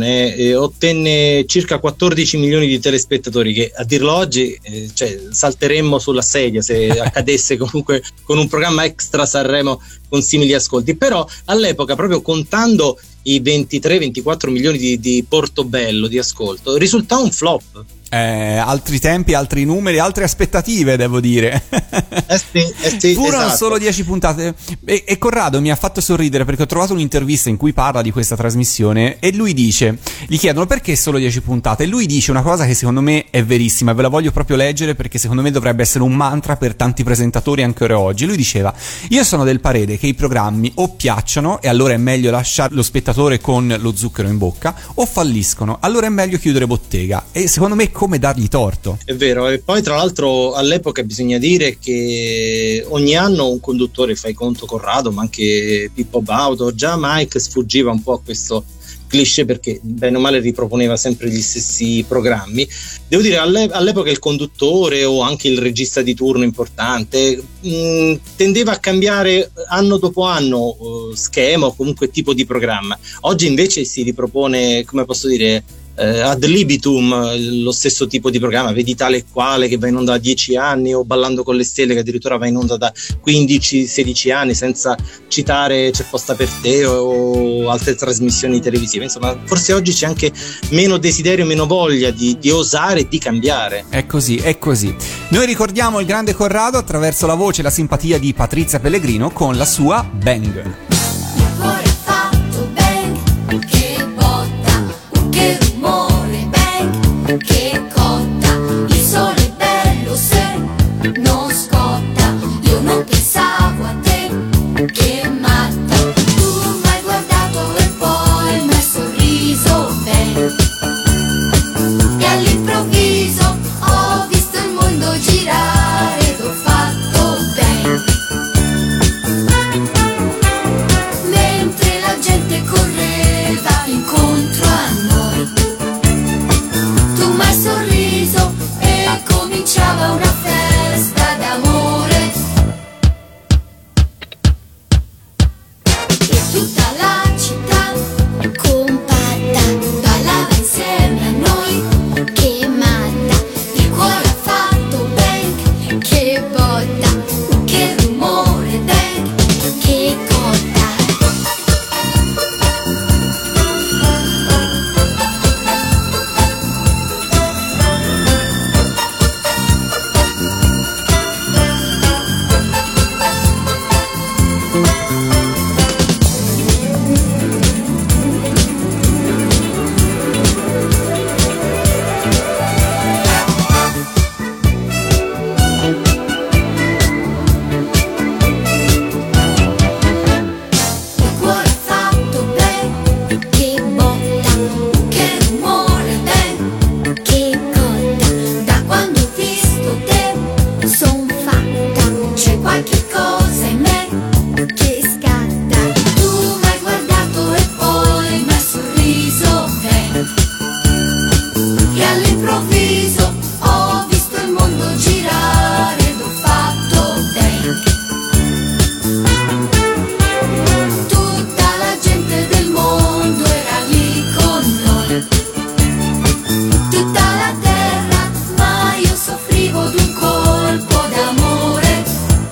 ottenne circa 14 milioni di telespettatori, che a dirlo oggi salteremmo sulla sedia se accadesse comunque con un programma extra Sanremo con simili ascolti. Però all'epoca, proprio contando i 23-24 milioni di Portobello di ascolto, risultava un flop. Altri tempi, altri numeri, altre aspettative, devo dire. Sì, furono esatto. Solo 10 puntate e Corrado mi ha fatto sorridere, perché ho trovato un'intervista in cui parla di questa trasmissione e lui dice, gli chiedono perché solo 10 puntate, e lui dice una cosa che secondo me è verissima, ve la voglio proprio leggere perché secondo me dovrebbe essere un mantra per tanti presentatori ancora oggi. Lui diceva: io sono del parere che i programmi o piacciono e allora è meglio lasciare lo spettatore con lo zucchero in bocca, o falliscono, allora è meglio chiudere bottega. E secondo me come dargli torto. È vero, e poi tra l'altro all'epoca bisogna dire che ogni anno un conduttore, fai conto Corrado, ma anche Pippo Baudo, già Mike sfuggiva un po' a questo cliché, perché bene o male riproponeva sempre gli stessi programmi. Devo dire, all'epoca il conduttore o anche il regista di turno importante tendeva a cambiare anno dopo anno schema o comunque tipo di programma. Oggi invece si ripropone, come posso dire, Ad libitum, lo stesso tipo di programma, Vedi tale e quale, che va in onda da 10 anni, o Ballando con le stelle, che addirittura va in onda da 15-16 anni, senza citare C'è posta per te o altre trasmissioni televisive. Insomma, forse oggi c'è anche meno desiderio, meno voglia di osare e di cambiare. È così, è così. Noi ricordiamo il grande Corrado attraverso la voce e la simpatia di Patrizia Pellegrino con la sua Bang. Cuore fatto bang, che botta, che rumore bang, che cotta, il sole è bello se non scotta, io non pensavo a te, che matta, tu m'hai guardato e poi m'hai sorriso bang, e all'improvviso ho visto il mondo girare ed ho fatto bang. Mentre la gente correva incontro a noi, tu m'hai sorriso e cominciava una festa d'amore. E tutta la città compatta ballava insieme a noi, che matta, il cuore ha fatto bang, che botta, che rumore bang, che cotta. Il cuore ha fatto bang, che botta, che rumore bang, che cotta. Da quando ho visto te son fatta, c'è qualche cosa in me che scatta. Tu m'hai guardato e poi m'hai sorriso bang, e all'improvviso ho visto il mondo girare ed ho fatto bang. Tutta la gente del mondo era lì con noi, tutta la terra, ma io soffrivo d'un colpo d'amore.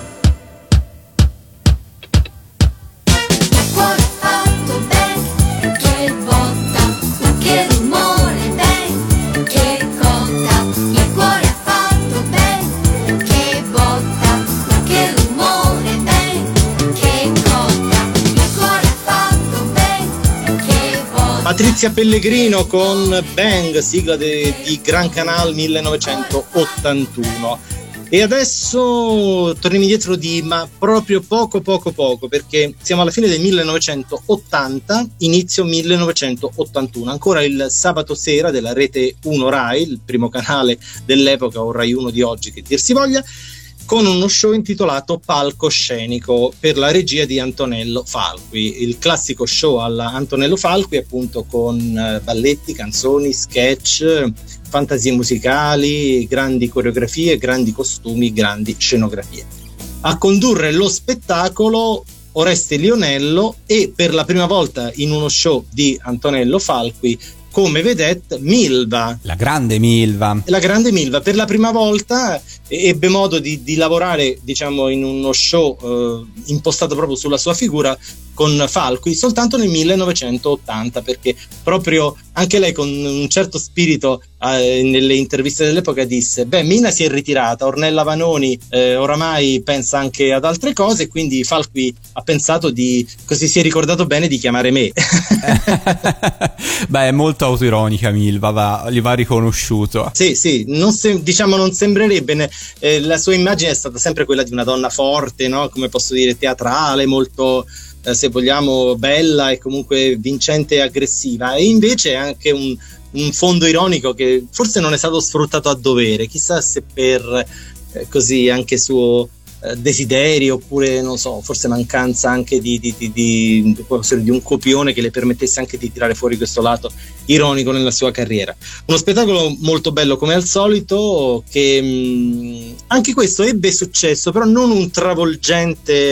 Il cuore ha fatto bang, che botta, che rumore bang, che cotta. Il cuore ha fatto bang, che botta, che rumore bang, che cotta. Il cuore ha fatto bang, che botta. Patrizia Pellegrino con Bang, sigla di Gran Canal 1981. E adesso torniamo indietro ma proprio poco, perché siamo alla fine del 1980, inizio 1981, ancora il sabato sera della Rete 1 Rai, il primo canale dell'epoca, o Rai 1 di oggi che dir si voglia, con uno show intitolato Palcoscenico, per la regia di Antonello Falqui, il classico show alla Antonello Falqui, appunto, con balletti, canzoni, sketch, fantasie musicali, grandi coreografie, grandi costumi, grandi scenografie. A condurre lo spettacolo Oreste Lionello, e per la prima volta in uno show di Antonello Falqui come vedette Milva. La grande Milva. Per la prima volta ebbe modo di lavorare, diciamo, in uno show impostato proprio sulla sua figura con Falqui soltanto nel 1980, perché proprio anche lei, con un certo spirito, nelle interviste dell'epoca disse: beh, Mina si è ritirata, Ornella Vanoni oramai pensa anche ad altre cose, e quindi Falqui ha pensato così si è ricordato bene di chiamare me. Beh, è molto autoironica Milva, gli va riconosciuto. Sì, non sembrerebbe, la sua immagine è stata sempre quella di una donna forte, no? Come posso dire, teatrale, molto, se vogliamo, bella e comunque vincente e aggressiva, e invece è anche un fondo ironico che forse non è stato sfruttato a dovere, chissà se per così anche suo desiderio, oppure non so, forse mancanza anche di un copione che le permettesse anche di tirare fuori questo lato ironico nella sua carriera. Uno spettacolo molto bello come al solito, che anche questo ebbe successo, però non un travolgente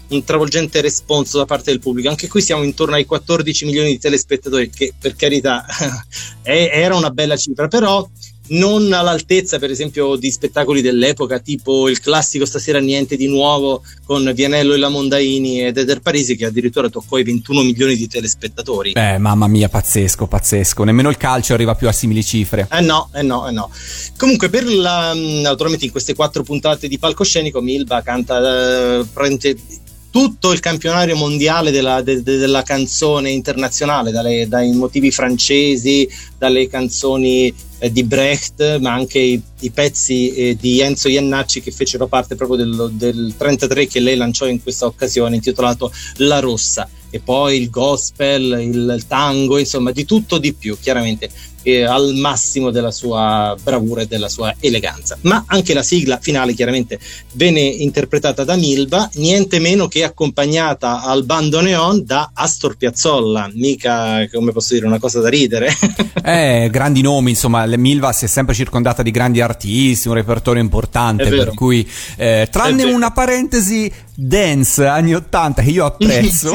un travolgente responso da parte del pubblico. Anche qui siamo intorno ai 14 milioni di telespettatori, che per carità era una bella cifra, però non all'altezza per esempio di spettacoli dell'epoca, tipo il classico Stasera niente di nuovo con Vianello e la Mondaini ed Eder Parisi, che addirittura toccò i 21 milioni di telespettatori. Mamma mia, pazzesco, nemmeno il calcio arriva più a simili cifre. No. Comunque naturalmente in queste 4 puntate di palcoscenico Milva canta tutto il campionario mondiale della canzone internazionale, dai motivi francesi, dalle canzoni di Brecht, ma anche i pezzi di Enzo Iannacci, che fecero parte proprio del 33 che lei lanciò in questa occasione, intitolato La Rossa, e poi il gospel, il tango, insomma di tutto di più, chiaramente al massimo della sua bravura e della sua eleganza. Ma anche la sigla finale chiaramente venne interpretata da Milva, niente meno che accompagnata al bandoneon da Astor Piazzolla, mica, come posso dire, una cosa da ridere. Grandi nomi, insomma, Milva si è sempre circondata di grandi artisti, un repertorio importante, per cui tranne una parentesi dance anni 80 che io apprezzo.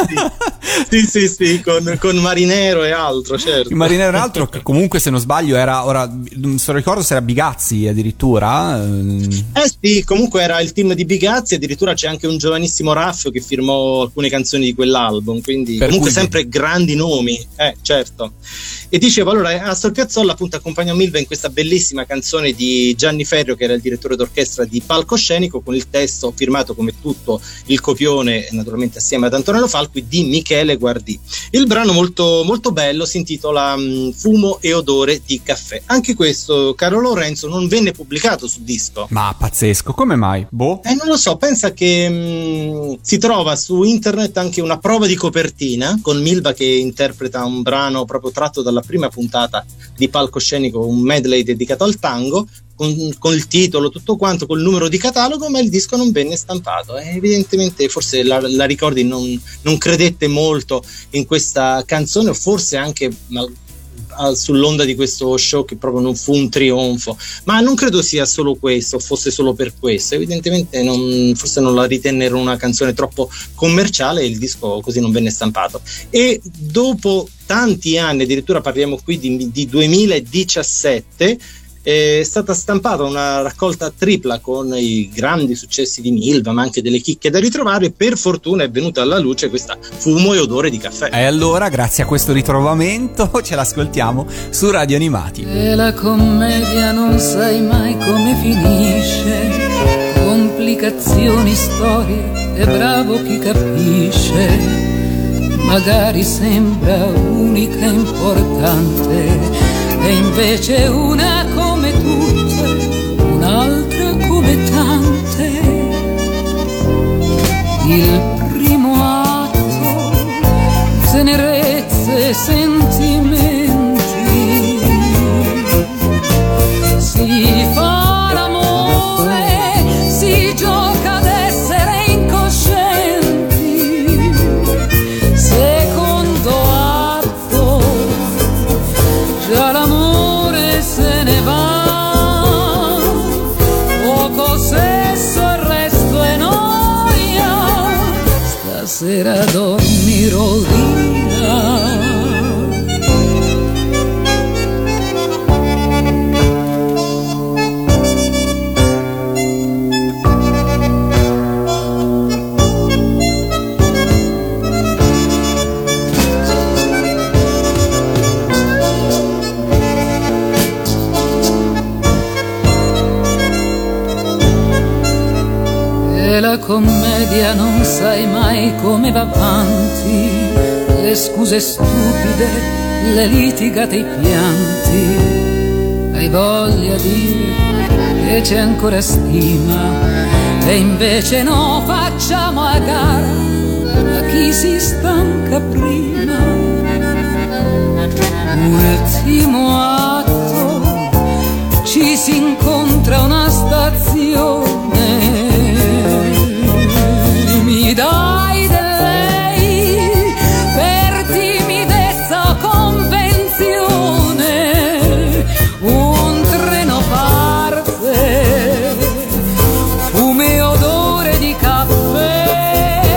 sì, con Marinero e altro, certo. Marinero e altro, che comunque se non sbaglio era, ora non so, ricordo se era Bigazzi addirittura. Sì, comunque era il team di Bigazzi, addirittura c'è anche un giovanissimo Raffio che firmò alcune canzoni di quell'album, quindi per comunque sempre grandi nomi, certo. E dicevo, allora Astor Piazzolla appunto accompagnò Milva in questa bellissima canzone di Gianni Ferrio, che era il direttore d'orchestra di Palcoscenico, con il testo firmato come tutto il copione, naturalmente assieme ad Antonello Falqui, di Michele Guardì. Il brano molto, molto bello si intitola Fumo e odore di caffè. Anche questo, caro Lorenzo, non venne pubblicato su disco. Ma pazzesco, come mai? Boh. Non lo so, pensa che si trova su internet anche una prova di copertina con Milva che interpreta un brano proprio tratto dalla prima puntata di Palcoscenico, un medley dedicato al tango, con il titolo, tutto quanto, col numero di catalogo, ma il disco non venne stampato. Evidentemente forse la Ricordi non credette molto in questa canzone, o forse anche sull'onda di questo show che proprio non fu un trionfo, ma non credo sia solo questo, fosse solo per questo. Evidentemente forse non la ritennero una canzone troppo commerciale e il disco così non venne stampato. E dopo tanti anni, addirittura parliamo qui di 2017, è stata stampata una raccolta tripla con i grandi successi di Milva, ma anche delle chicche da ritrovare, e per fortuna è venuta alla luce questa Fumo e odore di caffè. E allora, grazie a questo ritrovamento, ce l'ascoltiamo su Radio Animati. E la commedia non sai mai come finisce, complicazioni, storie, è bravo chi capisce, magari sembra unica, importante, e invece una come tutte, un'altra come tante. Il primo atto, tenerezze, sentimenti, si fa l'amore, si gioca ad essere incoscienti. Secondo atto, già l'amore se ne va, poco sesso, il resto è noia, stasera dormirò via. La commedia non sai mai come va avanti, le scuse stupide, le litigate, i pianti. Hai voglia di dire che c'è ancora stima, e invece no, facciamo a gara a chi si stanca prima. Ultimo atto, ci si incontra a una stazione, mi dai del lei per timidezza o convenzione, un treno parte, fumo e odore di caffè,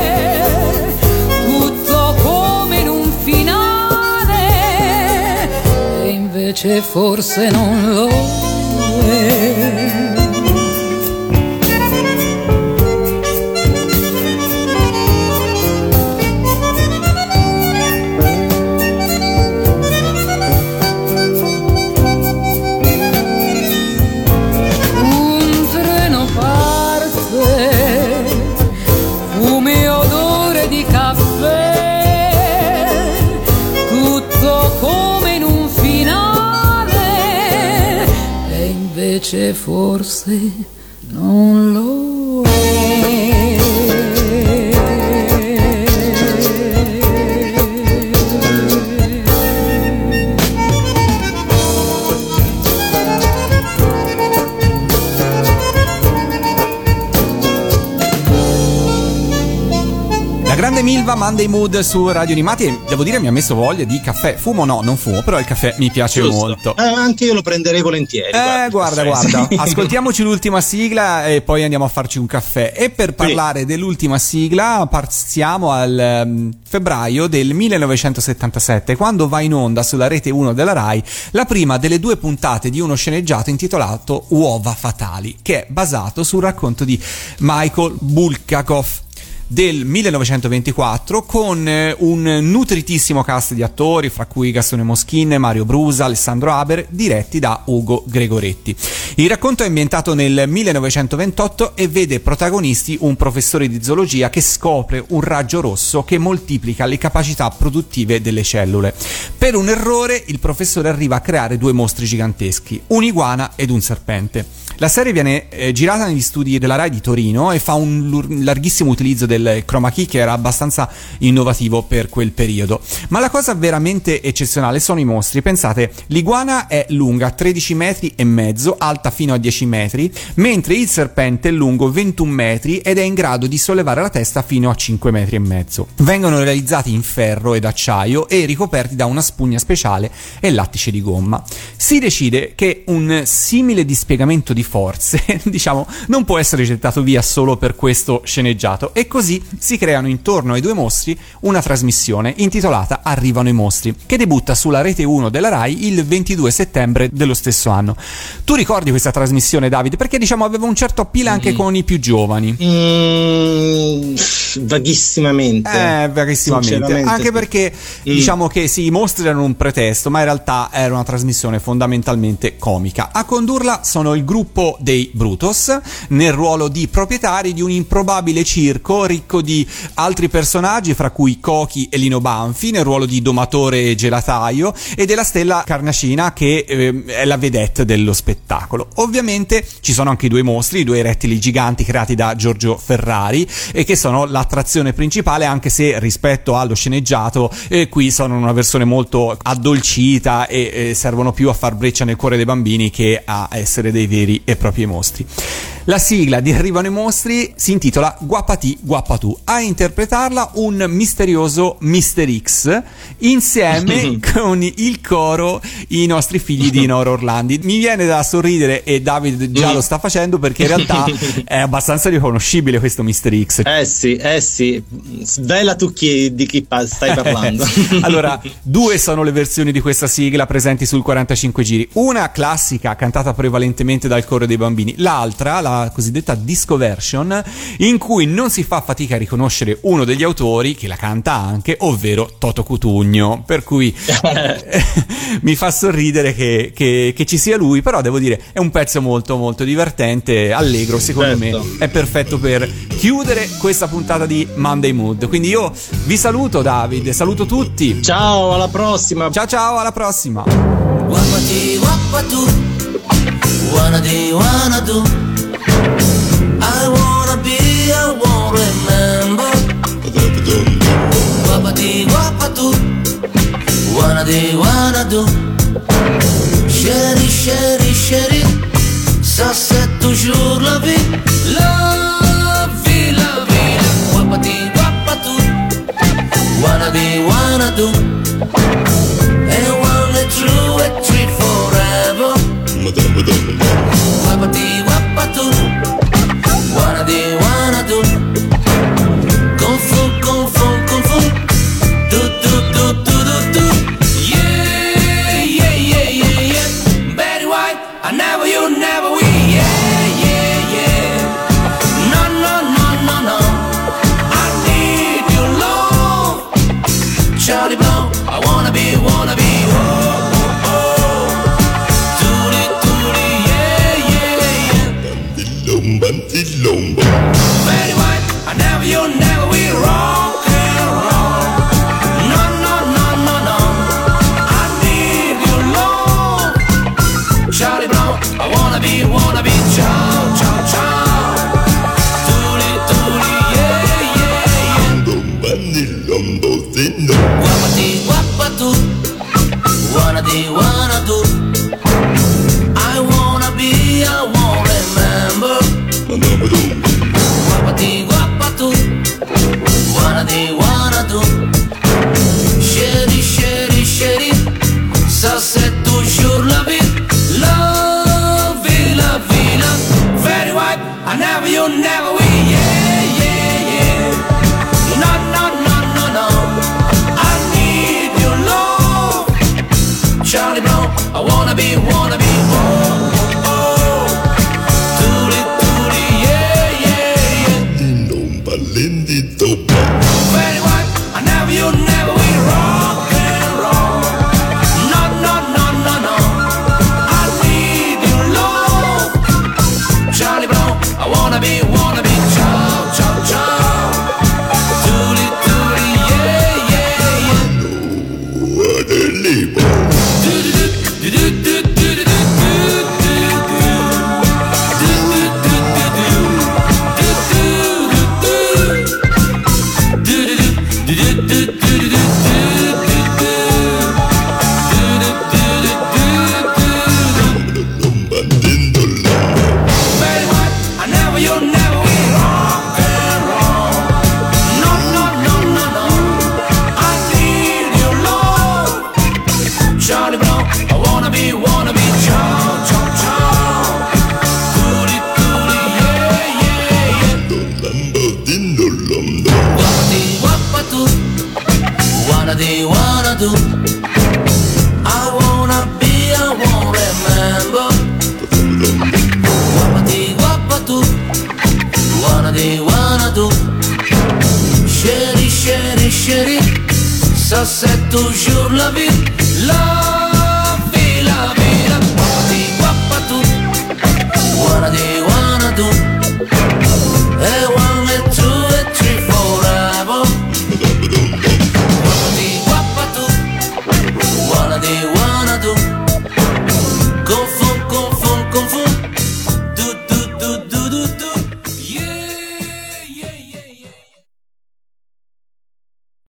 invece forse non lo è. Invece forse non lo è. La grande Milva, Monday Mood su Radio Animati, e devo dire mi ha messo voglia di caffè. Fumo no, non fumo, però il caffè mi piace molto. Anche io lo prenderei volentieri. Guarda. Ascoltiamoci l'ultima sigla e poi andiamo a farci un caffè. E per parlare dell'ultima sigla passiamo al febbraio del 1977, quando va in onda sulla rete 1 della Rai la prima delle 2 puntate di uno sceneggiato intitolato Uova Fatali, che è basato sul racconto di Michael Bulgakov del 1924, con un nutritissimo cast di attori, fra cui Gastone Moschin, Mario Brusa, Alessandro Haber, diretti da Ugo Gregoretti. Il racconto è ambientato nel 1928 e vede protagonisti un professore di zoologia che scopre un raggio rosso che moltiplica le capacità produttive delle cellule. Per un errore il professore arriva a creare 2 mostri giganteschi, un'iguana ed un serpente. La serie viene girata negli studi della Rai di Torino e fa un larghissimo utilizzo del chroma key, che era abbastanza innovativo per quel periodo. Ma la cosa veramente eccezionale sono i mostri. Pensate, l'iguana è lunga 13 metri e mezzo, alta fino a 10 metri, mentre il serpente è lungo 21 metri ed è in grado di sollevare la testa fino a 5 metri e mezzo. Vengono realizzati in ferro ed acciaio e ricoperti da una spugna speciale e lattice di gomma. Si decide che un simile dispiegamento di forze, diciamo, non può essere gettato via solo per questo sceneggiato, e così si creano intorno ai 2 mostri una trasmissione intitolata Arrivano i mostri, che debutta sulla rete 1 della Rai il 22 settembre dello stesso anno. Tu ricordi questa trasmissione, Davide? Perché diciamo aveva un certo appeal anche con i più giovani. Vaghissimamente, anche perché diciamo che sì, i mostri erano un pretesto, ma in realtà era una trasmissione fondamentalmente comica. A condurla sono il gruppo dei Brutos, nel ruolo di proprietari di un improbabile circo ricco di altri personaggi, fra cui Cochi e Lino Banfi nel ruolo di domatore e gelataio, e della Stella Carnacina, che è la vedette dello spettacolo. Ovviamente ci sono anche i 2 mostri, i 2 rettili giganti creati da Giorgio Ferrari, e che sono l'attrazione principale, anche se rispetto allo sceneggiato qui sono una versione molto addolcita e servono più a far breccia nel cuore dei bambini che a essere dei veri e propri mostri. La sigla di Arrivano i mostri si intitola Guapati Guapatù. A interpretarla un misterioso Mr. X insieme con il coro I nostri figli di Nora Orlandi. Mi viene da sorridere, e David già lo sta facendo, perché in realtà è abbastanza riconoscibile questo Mr. X. Sì, svela tu di chi stai parlando. Allora, 2 sono le versioni di questa sigla presenti sul 45 giri. Una classica, cantata prevalentemente dal coro dei bambini, l'altra, la cosiddetta disco version, in cui non si fa fatica a riconoscere uno degli autori che la canta anche, ovvero Toto Cutugno, per cui mi fa sorridere che ci sia lui, però devo dire è un pezzo molto molto divertente, allegro, secondo me è perfetto per chiudere questa puntata di Monday Mood. Quindi io vi saluto, Davide, saluto tutti, ciao, alla prossima, ciao, alla prossima. Wapati wapatu, wanna do. I wanna be, I won't remember. Wapati wapatu, wanna do. Chérie, ça c'est toujours la vie. La vie. Wapati wapatu, wanna do. And one and true, a treat forever. Wapati wapatu, wanna do. Kung fu. Do. Yeah. sur la vie, la vie, la vie, la vie, guappa tu, guarda di